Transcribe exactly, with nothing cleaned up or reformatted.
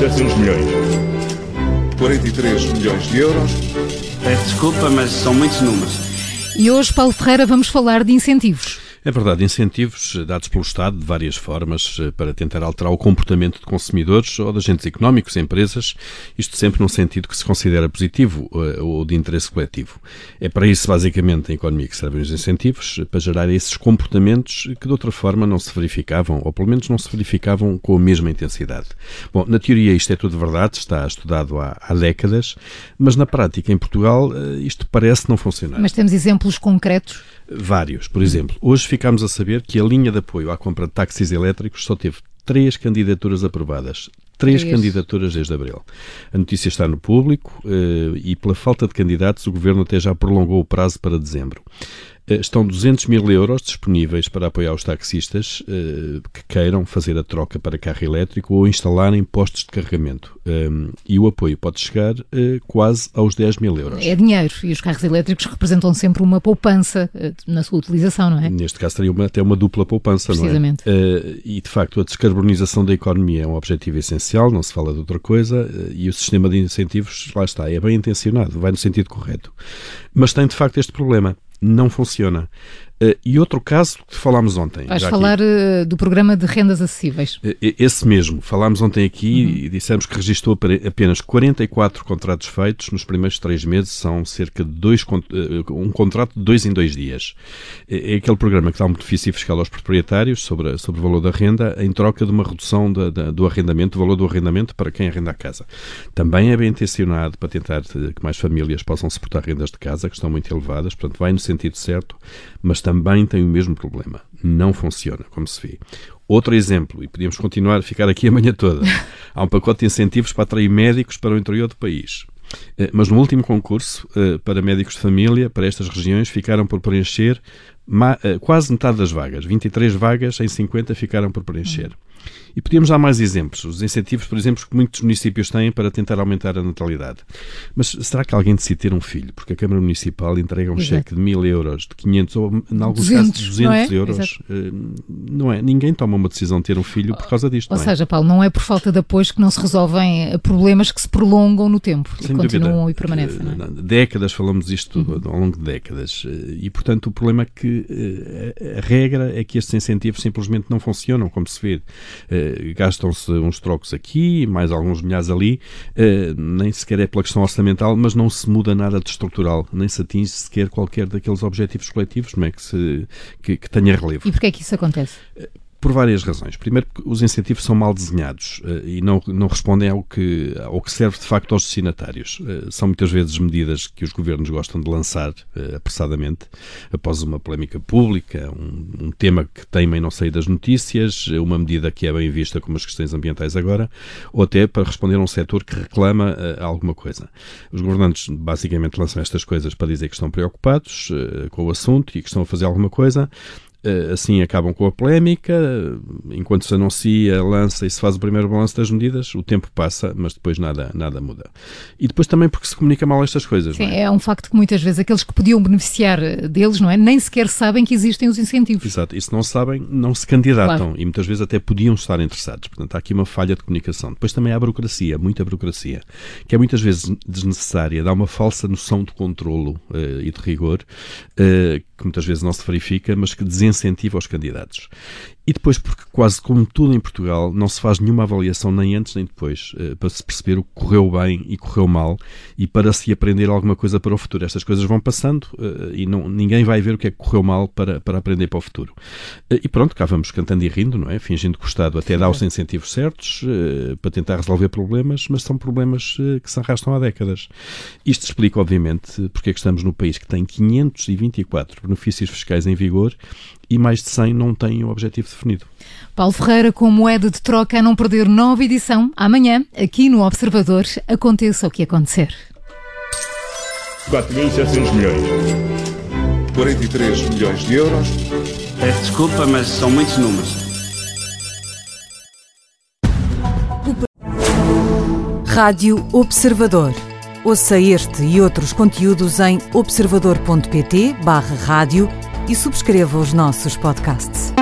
setecentos milhões. quarenta e três milhões de euros. Peço desculpa, mas são muitos números. E hoje, Paulo Ferreira, vamos falar de incentivos. É verdade, incentivos dados pelo Estado de várias formas para tentar alterar o comportamento de consumidores ou de agentes económicos, empresas, isto sempre num sentido que se considera positivo ou de interesse coletivo. É para isso, basicamente, a economia que servem os incentivos, para gerar esses comportamentos que de outra forma não se verificavam, ou pelo menos não se verificavam com a mesma intensidade. Bom, na teoria isto é tudo verdade, está estudado há, há décadas, mas na prática em Portugal isto parece não funcionar. Mas temos exemplos concretos? Vários. Por exemplo, hoje ficámos a saber que a linha de apoio à compra de táxis elétricos só teve três candidaturas aprovadas. Três Três. candidaturas desde abril. A notícia está no público eh, e, pela falta de candidatos, o Governo até já prolongou o prazo para dezembro. Eh, estão duzentos mil euros disponíveis para apoiar os taxistas eh, que queiram fazer a troca para carro elétrico ou instalarem postos de carregamento. Eh, e o apoio pode chegar eh, quase aos dez mil euros. É dinheiro e os carros elétricos representam sempre uma poupança eh, na sua utilização, não é? Neste caso teria uma, até uma dupla poupança, não é? Precisamente. Eh, e, de facto, a descarbonização da economia é um objetivo essencial. Não se fala de outra coisa, e o sistema de incentivos, lá está, é bem intencionado, vai no sentido correto. Mas tem, de facto, este problema. Não funciona. Uh, e outro caso que falámos ontem. Vais falar uh, do programa de rendas acessíveis. Uh, esse mesmo. Falámos ontem aqui uhum. e dissemos que registrou apenas quarenta e quatro contratos feitos nos primeiros três meses. São cerca de dois, uh, um contrato de dois em dois dias. É, é aquele programa que dá um benefício fiscal aos proprietários sobre, a, sobre o valor da renda em troca de uma redução da, da, do arrendamento, do valor do arrendamento para quem arrenda a casa. Também é bem intencionado para tentar que mais famílias possam suportar rendas de casa, que estão muito elevadas. Portanto, vai no sentido certo, mas também também tem o mesmo problema. Não funciona, como se vê. Outro exemplo, e podíamos continuar a ficar aqui a manhã toda, há um pacote de incentivos para atrair médicos para o interior do país. Mas no último concurso, para médicos de família, para estas regiões, ficaram por preencher quase metade das vagas. vinte e três vagas em cinquenta ficaram por preencher. E podíamos dar mais exemplos. Os incentivos, por exemplo, que muitos municípios têm para tentar aumentar a natalidade. Mas será que alguém decide ter um filho? Porque a Câmara Municipal entrega um Exato. cheque de mil euros, de quinhentos ou, em alguns duzentos, casos, duzentos não é? euros. Uh, não é? Ninguém toma uma decisão de ter um filho por causa disto. Ou não é? seja, Paulo, não é por falta de apoios que não se resolvem problemas que se prolongam no tempo Sem e continuam dúvida. e permanecem. Não é? Décadas, falamos disto uhum. ao longo de décadas. E, portanto, o problema é que uh, a regra é que estes incentivos simplesmente não funcionam, como se vê. Uh, gastam-se uns trocos aqui, mais alguns milhares ali, uh, nem sequer é pela questão orçamental, mas não se muda nada de estrutural, nem se atinge sequer qualquer daqueles objetivos coletivos, não é? que, se, que, que tenha relevo. E porquê é que isso acontece? Uh, Por várias razões. Primeiro, porque os incentivos são mal desenhados uh, e não, não respondem ao que, ao que serve de facto aos destinatários. Uh, são muitas vezes medidas que os governos gostam de lançar uh, apressadamente, após uma polémica pública, um, um tema que teima em não sair das notícias, uma medida que é bem vista como as questões ambientais agora, ou até para responder a um setor que reclama uh, alguma coisa. Os governantes basicamente lançam estas coisas para dizer que estão preocupados uh, com o assunto e que estão a fazer alguma coisa. Assim acabam com a polémica, enquanto se anuncia, lança e se faz o primeiro balanço das medidas, o tempo passa, mas depois nada, nada muda. E depois também porque se comunica mal estas coisas. Sim, não é? É um facto que muitas vezes aqueles que podiam beneficiar deles, não é? Nem sequer sabem que existem os incentivos. Exato, e se não sabem, não se candidatam Claro. E muitas vezes até podiam estar interessados. Portanto, há aqui uma falha de comunicação. Depois também há a burocracia, muita burocracia, que é muitas vezes desnecessária, dá uma falsa noção de controlo uh, e de rigor, uh, que muitas vezes não se verifica, mas que desincentiva os candidatos. E depois porque quase como tudo em Portugal não se faz nenhuma avaliação nem antes nem depois uh, para se perceber o que correu bem e correu mal e para se aprender alguma coisa para o futuro. Estas coisas vão passando uh, e não, ninguém vai ver o que é que correu mal para, para aprender para o futuro. Uh, e pronto, cá vamos cantando e rindo, não é? Fingindo que o Estado até dá os incentivos certos uh, para tentar resolver problemas, mas são problemas uh, que se arrastam há décadas. Isto explica, obviamente, porque é que estamos no país que tem quinhentos e vinte e quatro benefícios fiscais em vigor e mais de cem não têm o objetivo definido. Paulo Ferreira, com moeda de troca a não perder nova edição, amanhã, aqui no Observador, aconteça o que acontecer. quatro mil e setecentos milhões. quarenta e três milhões de euros. Peço desculpa, mas são muitos números. Rádio Observador. Ouça este e outros conteúdos em observador ponto pt barra rádio e subscreva os nossos podcasts.